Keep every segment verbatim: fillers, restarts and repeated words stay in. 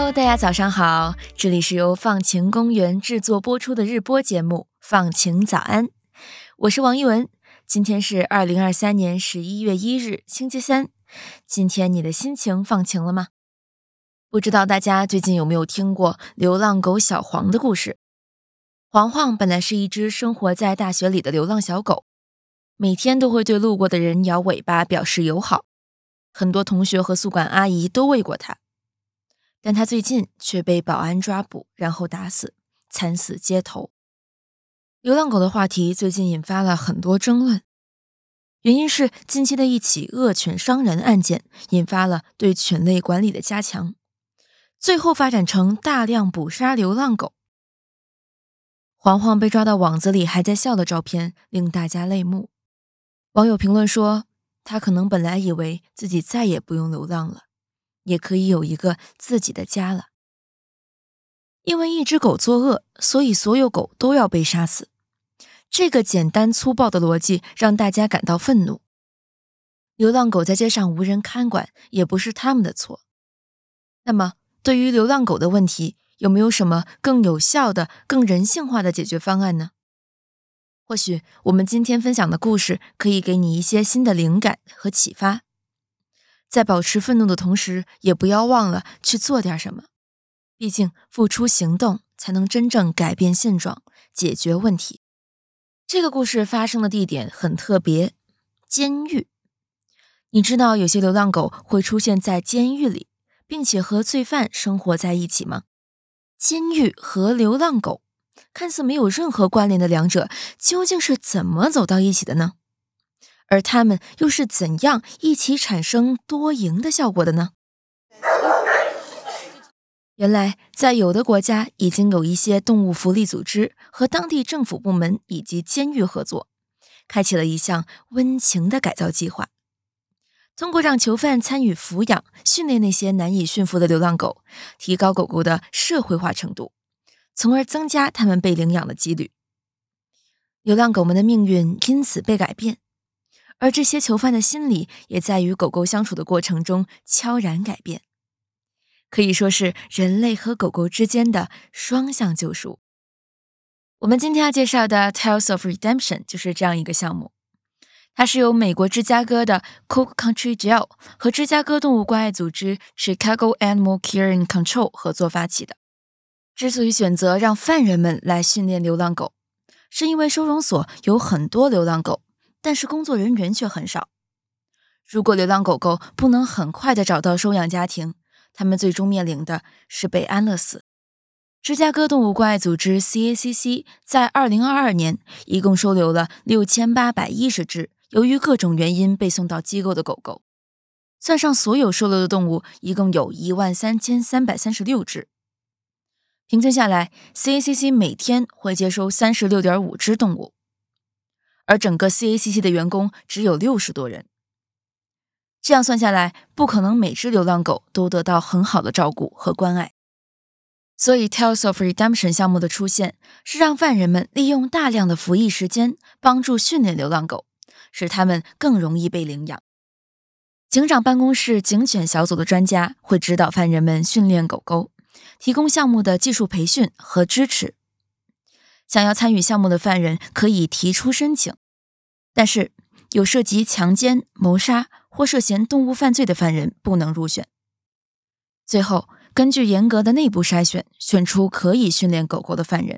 Hello， 大家早上好，这里是由放晴公园制作播出的日播节目《放晴早安》，我是王一文。今天是二零二三年十一月一日，星期三。今天你的心情放晴了吗？不知道大家最近有没有听过流浪狗小黄的故事？黄黄本来是一只生活在大学里的流浪小狗，每天都会对路过的人摇尾巴表示友好，很多同学和宿管阿姨都喂过它。但他最近却被保安抓捕，然后打死，惨死街头。流浪狗的话题最近引发了很多争论，原因是近期的一起恶犬伤人案件引发了对犬类管理的加强，最后发展成大量捕杀流浪狗。黄黄被抓到网子里还在笑的照片令大家泪目。网友评论说，他可能本来以为自己再也不用流浪了，也可以有一个自己的家了。因为一只狗作恶，所以所有狗都要被杀死。这个简单粗暴的逻辑让大家感到愤怒。流浪狗在街上无人看管，也不是他们的错。那么，对于流浪狗的问题，有没有什么更有效的、更人性化的解决方案呢？或许我们今天分享的故事可以给你一些新的灵感和启发。在保持愤怒的同时，也不要忘了去做点什么。毕竟付出行动才能真正改变现状，解决问题。这个故事发生的地点很特别，监狱。你知道有些流浪狗会出现在监狱里，并且和罪犯生活在一起吗？监狱和流浪狗看似没有任何关联的两者，究竟是怎么走到一起的呢？而它们又是怎样一起产生多赢的效果的呢？原来，在有的国家已经有一些动物福利组织和当地政府部门以及监狱合作，开启了一项温情的改造计划。通过让囚犯参与抚养、训练那些难以驯服的流浪狗，提高狗狗的社会化程度，从而增加它们被领养的几率。流浪狗们的命运因此被改变。而这些囚犯的心理也在与狗狗相处的过程中悄然改变，可以说是人类和狗狗之间的双向救赎。我们今天要介绍的 Tales of Redemption 就是这样一个项目，它是由美国芝加哥的 Cook Country Jail 和芝加哥动物关爱组织 Chicago Animal Care and Control 合作发起的。之所以选择让犯人们来训练流浪狗，是因为收容所有很多流浪狗，但是工作人员却很少。如果流浪狗狗不能很快地找到收养家庭，它们最终面临的是被安乐死。芝加哥动物关爱组织 C A C C 在二零二二年一共收留了六千八百一十只由于各种原因被送到机构的狗狗，算上所有收留的动物，一共有一万三千三百三十六只。平均下来 ，C A C C 每天会接收 三十六点五只动物。而整个 C A C C 的员工只有六十多人，这样算下来，不可能每只流浪狗都得到很好的照顾和关爱。所以 Tales of Redemption 项目的出现，是让犯人们利用大量的服役时间，帮助训练流浪狗，使它们更容易被领养。警长办公室警犬小组的专家会指导犯人们训练狗狗，提供项目的技术培训和支持。想要参与项目的犯人可以提出申请，但是有涉及强奸、谋杀或涉嫌动物犯罪的犯人不能入选。最后，根据严格的内部筛选，选出可以训练狗狗的犯人。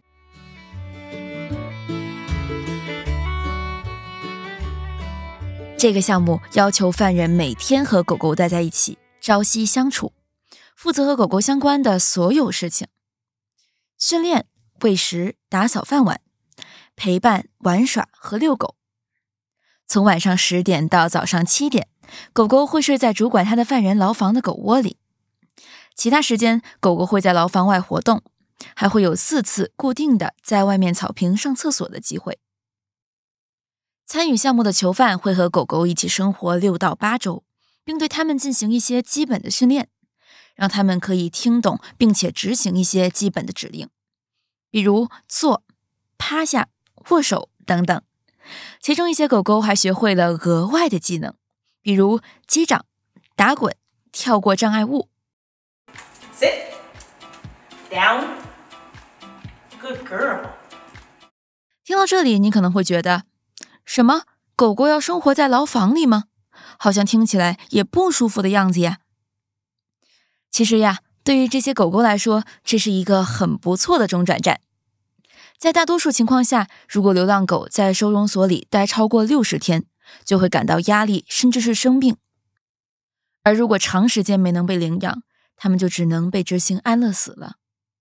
这个项目要求犯人每天和狗狗待在一起，朝夕相处，负责和狗狗相关的所有事情。训练、喂食、打扫饭碗、陪伴、玩耍和遛狗。从晚上十点到早上七点，狗狗会睡在主管它的犯人牢房的狗窝里。其他时间，狗狗会在牢房外活动，还会有四次固定的在外面草坪上厕所的机会。参与项目的囚犯会和狗狗一起生活六到八周，并对它们进行一些基本的训练，让它们可以听懂并且执行一些基本的指令，比如坐、趴下、握手等等。其中一些狗狗还学会了额外的技能，比如击掌、打滚、跳过障碍物。 Sit. Down. Good girl. 听到这里，你可能会觉得，什么？狗狗要生活在牢房里吗？好像听起来也不舒服的样子呀。其实呀，对于这些狗狗来说，这是一个很不错的中转站。在大多数情况下，如果流浪狗在收容所里待超过六十天，就会感到压力，甚至是生病。而如果长时间没能被领养，它们就只能被执行安乐死了。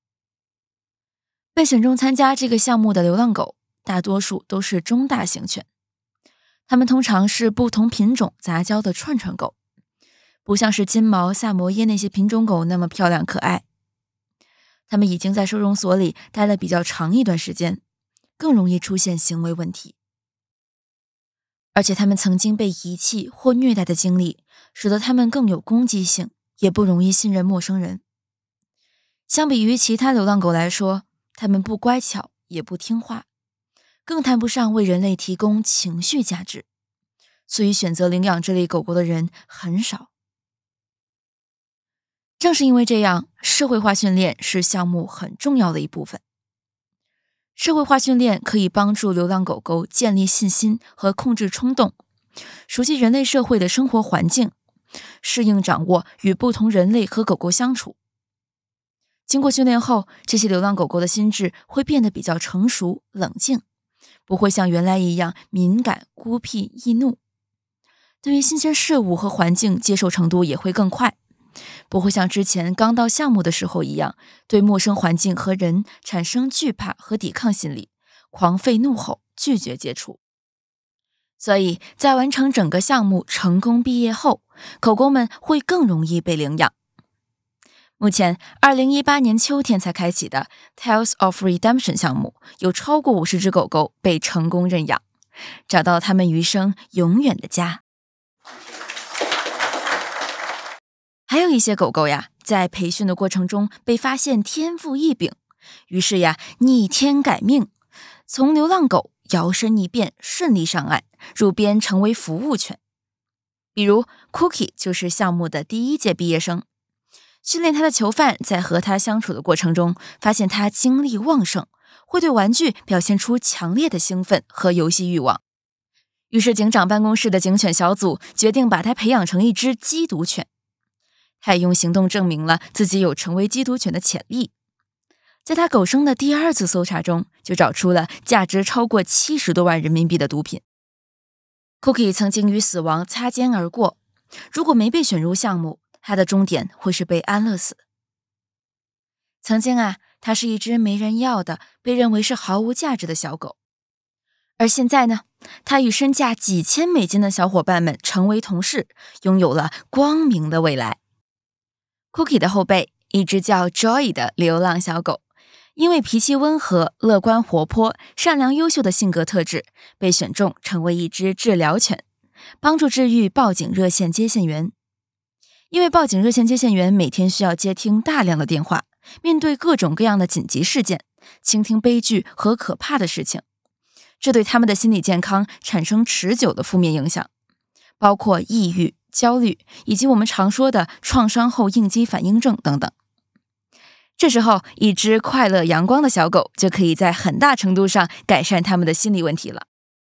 被选中参加这个项目的流浪狗，大多数都是中大型犬，它们通常是不同品种杂交的串串狗，不像是金毛、萨摩耶那些品种狗那么漂亮可爱。它们已经在收容所里待了比较长一段时间，更容易出现行为问题。而且它们曾经被遗弃或虐待的经历，使得它们更有攻击性，也不容易信任陌生人。相比于其他流浪狗来说，它们不乖巧，也不听话，更谈不上为人类提供情绪价值，所以选择领养这类狗狗的人很少。正是因为这样，社会化训练是项目很重要的一部分。社会化训练可以帮助流浪狗狗建立信心和控制冲动，熟悉人类社会的生活环境，适应掌握与不同人类和狗狗相处。经过训练后，这些流浪狗狗的心智会变得比较成熟、冷静，不会像原来一样敏感、孤僻、易怒。对于新鲜事物和环境接受程度也会更快，不会像之前刚到项目的时候一样，对陌生环境和人产生惧怕和抵抗心理，狂吠怒吼，拒绝接触。所以在完成整个项目成功毕业后，狗狗们会更容易被领养。目前二零一八年秋天才开启的 Tales of Redemption 项目，有超过五十只狗狗被成功认养，找到它们余生永远的家。还有一些狗狗呀，在培训的过程中被发现天赋异禀，于是呀，逆天改命，从流浪狗摇身一变，顺利上岸，入编成为服务犬。比如 Cookie 就是项目的第一届毕业生。训练他的囚犯在和他相处的过程中，发现他精力旺盛，会对玩具表现出强烈的兴奋和游戏欲望。于是警长办公室的警犬小组决定把他培养成一只缉毒犬。他也用行动证明了自己有成为缉毒犬的潜力。在他狗生的第二次搜查中，就找出了价值超过七十多万人民币的毒品。Cookie 曾经与死亡擦肩而过，如果没被选入项目，他的终点会是被安乐死。曾经啊，它是一只没人要的，被认为是毫无价值的小狗。而现在呢，它与身价几千美金的小伙伴们成为同事，拥有了光明的未来。Cookie 的后辈，一只叫 Joy 的流浪小狗，因为脾气温和、乐观活泼、善良优秀的性格特质，被选中成为一只治疗犬，帮助治愈报警热线接线员。因为报警热线接线员每天需要接听大量的电话，面对各种各样的紧急事件，倾听悲剧和可怕的事情，这对他们的心理健康产生持久的负面影响，包括抑郁、焦虑，以及我们常说的创伤后应激反应症等等。这时候，一只快乐阳光的小狗就可以在很大程度上改善他们的心理问题了。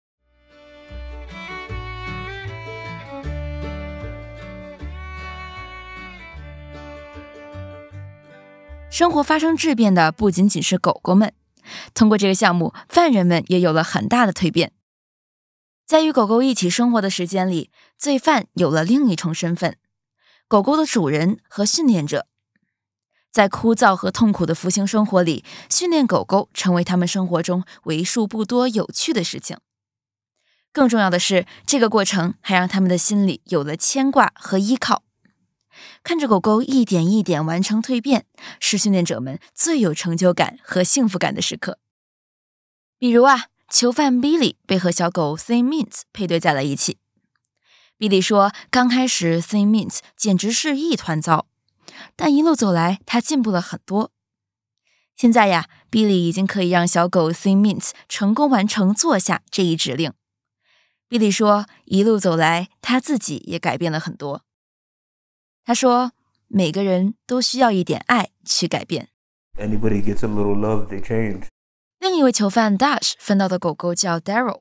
生活发生质变的不仅仅是狗狗们，通过这个项目，犯人们也有了很大的蜕变。在与狗狗一起生活的时间里，罪犯有了另一重身份，狗狗的主人和训练者。在枯燥和痛苦的服刑生活里，训练狗狗成为他们生活中为数不多有趣的事情。更重要的是，这个过程还让他们的心里有了牵挂和依靠。看着狗狗一点一点完成蜕变，是训练者们最有成就感和幸福感的时刻。比如啊，囚犯 Billy 被和小狗 Thin Mint 配对在了一起。Billy 说，刚开始 Thin Mint 简直是一团糟，但一路走来，他进步了很多。现在呀 ，Billy 已经可以让小狗 Thin Mint 成功完成坐下这一指令。Billy 说，一路走来，他自己也改变了很多。他说，每个人都需要一点爱去改变。 Anybody gets a little love, they change. 另一位囚犯 Dash 分到的狗狗叫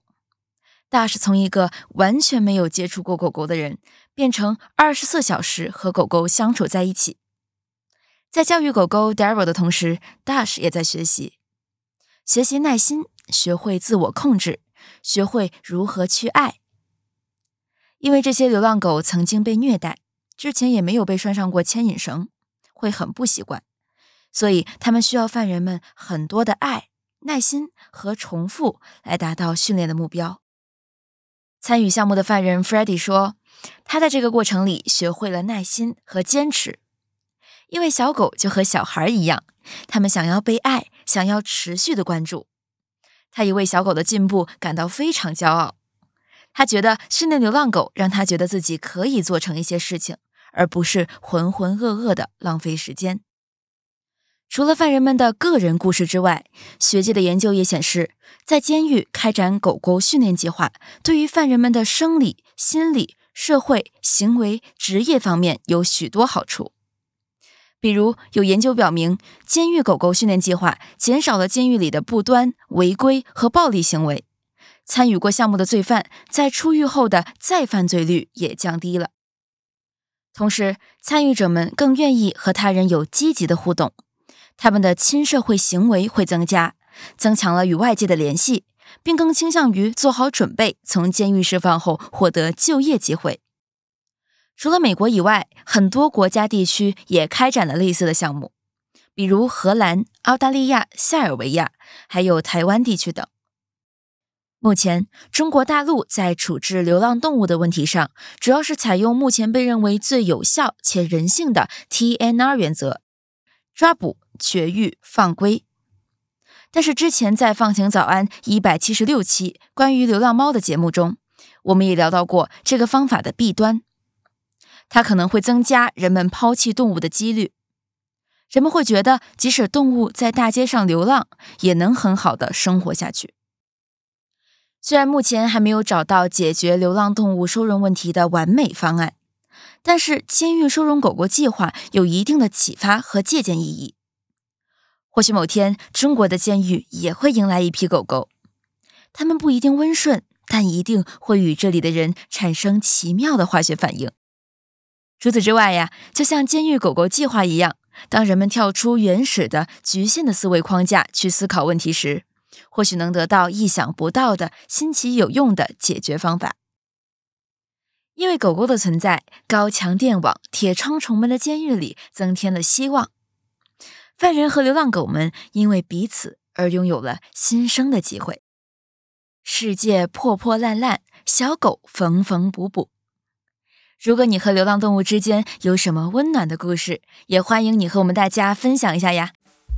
Daryl。Dash 从一个完全没有接触过狗狗的人，变成二十四小时和狗狗相处在一起。在教育狗狗 Daryl 的同时， Dash 也在学习，学习耐心，学会自我控制，学会如何去爱。因为这些流浪狗曾经被虐待，之前也没有被拴上过牵引绳，会很不习惯，所以他们需要犯人们很多的爱、耐心和重复来达到训练的目标。参与项目的犯人 Freddy 说，他在这个过程里学会了耐心和坚持，因为小狗就和小孩一样，他们想要被爱，想要持续的关注。他也为小狗的进步感到非常骄傲，他觉得训练流浪狗让他觉得自己可以做成一些事情，而不是浑浑噩噩的浪费时间。除了犯人们的个人故事之外，学界的研究也显示，在监狱开展狗狗训练计划，对于犯人们的生理、心理、社会、行为、职业方面有许多好处。比如，有研究表明，监狱狗狗训练计划减少了监狱里的不端、违规和暴力行为。参与过项目的罪犯在出狱后的再犯罪率也降低了。同时，参与者们更愿意和他人有积极的互动，他们的亲社会行为会增加，增强了与外界的联系，并更倾向于做好准备，从监狱释放后获得就业机会。除了美国以外，很多国家地区也开展了类似的项目，比如荷兰、澳大利亚、塞尔维亚，还有台湾地区等。目前，中国大陆在处置流浪动物的问题上，主要是采用目前被认为最有效且人性的 T N R 原则，抓捕、绝育、放归。但是之前在放晴早安一百七十六期关于流浪猫的节目中，我们也聊到过这个方法的弊端，它可能会增加人们抛弃动物的几率。人们会觉得即使动物在大街上流浪，也能很好的生活下去。虽然目前还没有找到解决流浪动物收容问题的完美方案，但是监狱收容狗狗计划有一定的启发和借鉴意义。或许某天，中国的监狱也会迎来一批狗狗，它们不一定温顺，但一定会与这里的人产生奇妙的化学反应。除此之外呀，就像监狱狗狗计划一样，当人们跳出原始的局限的思维框架去思考问题时，或许能得到意想不到的新奇有用的解决方法。因为狗狗的存在，高墙电网、铁窗重门的监狱里增添了希望。犯人和流浪狗们因为彼此而拥有了新生的机会。世界破破烂烂，小狗缝缝补补。如果你和流浪动物之间有什么温暖的故事，也欢迎你和我们大家分享一下呀。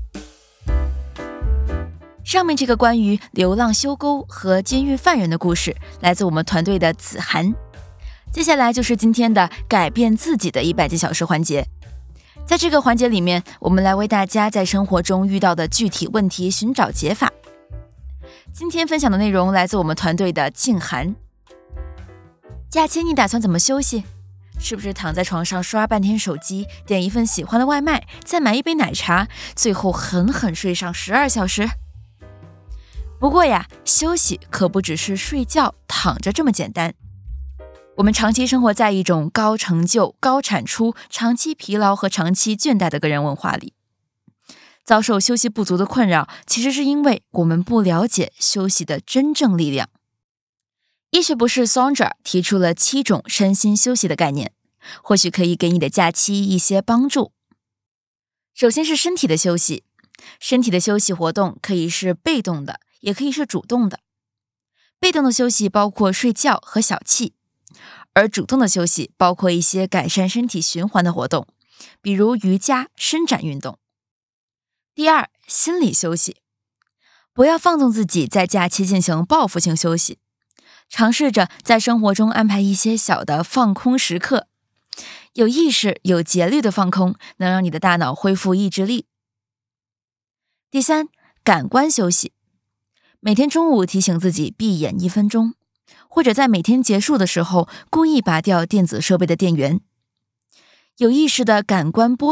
上面这个关于流浪修沟和监狱犯人的故事，来自我们团队的子涵。接下来就是今天的改变自己的一百件小事环节。在这个环节里面，我们来为大家在生活中遇到的具体问题寻找解法。今天分享的内容来自我们团队的静涵。假期你打算怎么休息？是不是躺在床上刷半天手机，点一份喜欢的外卖，再买一杯奶茶，最后狠狠睡上十二小时？不过呀，休息可不只是睡觉躺着这么简单。我们长期生活在一种高成就、高产出、长期疲劳和长期倦怠的个人文化里。遭受休息不足的困扰，其实是因为我们不了解休息的真正力量。医学博士 Sandra 提出了七种身心休息的概念，或许可以给你的假期一些帮助。首先是身体的休息，身体的休息活动可以是被动的，也可以是主动的。被动的休息包括睡觉和小憩，而主动的休息包括一些改善身体循环的活动，比如瑜伽、伸展运动。第二，心理休息，不要放纵自己在假期进行报复性休息，尝试着在生活中安排一些小的放空时刻，有意识、有节律的放空，能让你的大脑恢复意志力。第三，感官休息，每天中午提醒自己闭眼一分钟，或者在每天结束的时候故意拔掉电子设备的电源。有意识的感官剥夺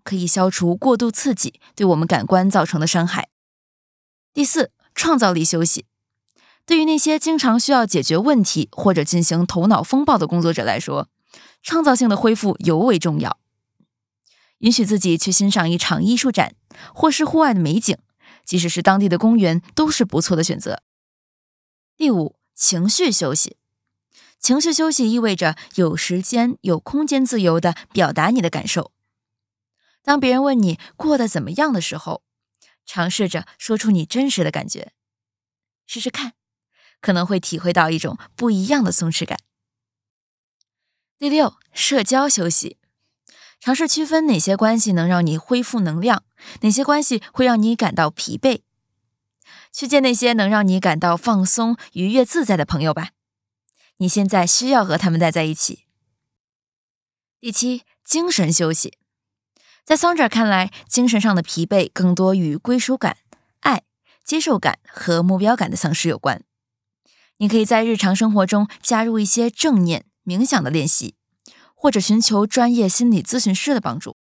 可以消除过度刺激对我们感官造成的伤害。第四，创造力休息。对于那些经常需要解决问题或者进行头脑风暴的工作者来说，创造性的恢复尤为重要。允许自己去欣赏一场艺术展，或是户外的美景，即使是当地的公园，都是不错的选择。第五，情绪休息。情绪休息意味着有时间、有空间自由地表达你的感受。当别人问你过得怎么样的时候，尝试着说出你真实的感觉。试试看，可能会体会到一种不一样的松弛感。第六，社交休息。尝试区分哪些关系能让你恢复能量，哪些关系会让你感到疲惫。去见那些能让你感到放松、愉悦、自在的朋友吧。你现在需要和他们待在一起。第七，精神休息。在桑哲看来，精神上的疲惫更多与归属感、爱、接受感和目标感的丧失有关。你可以在日常生活中加入一些正念、冥想的练习，或者寻求专业心理咨询师的帮助。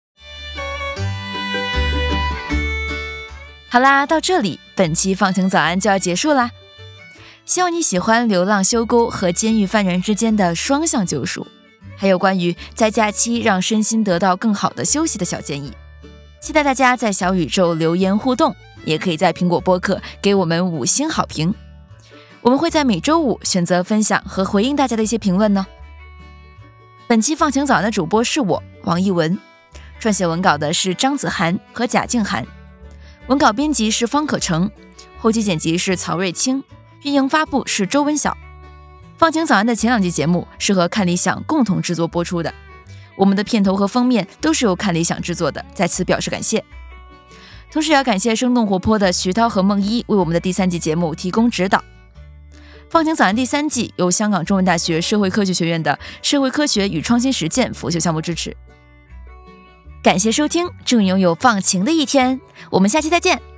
好啦，到这里，本期放晴早安就要结束啦。希望你喜欢流浪修沟和监狱犯人之间的双向救赎，还有关于在假期让身心得到更好的休息的小建议。期待大家在小宇宙留言互动，也可以在苹果播客给我们五星好评。我们会在每周五选择分享和回应大家的一些评论呢。本期放晴早安的主播是我王一文，撰写文稿的是张子涵和贾静涵，文稿编辑是方可成，后期剪辑是曹瑞清，运营发布是周文晓。放晴早安的前两季节目是和看理想共同制作播出的，我们的片头和封面都是由看理想制作的，在此表示感谢。同时也要感谢生动活泼的徐涛和梦一为我们的第三季节目提供指导。放晴早安第三季由香港中文大学社会科学学院的社会科学与创新实践辅修项目支持。感谢收听，祝你拥有放晴的一天，我们下期再见。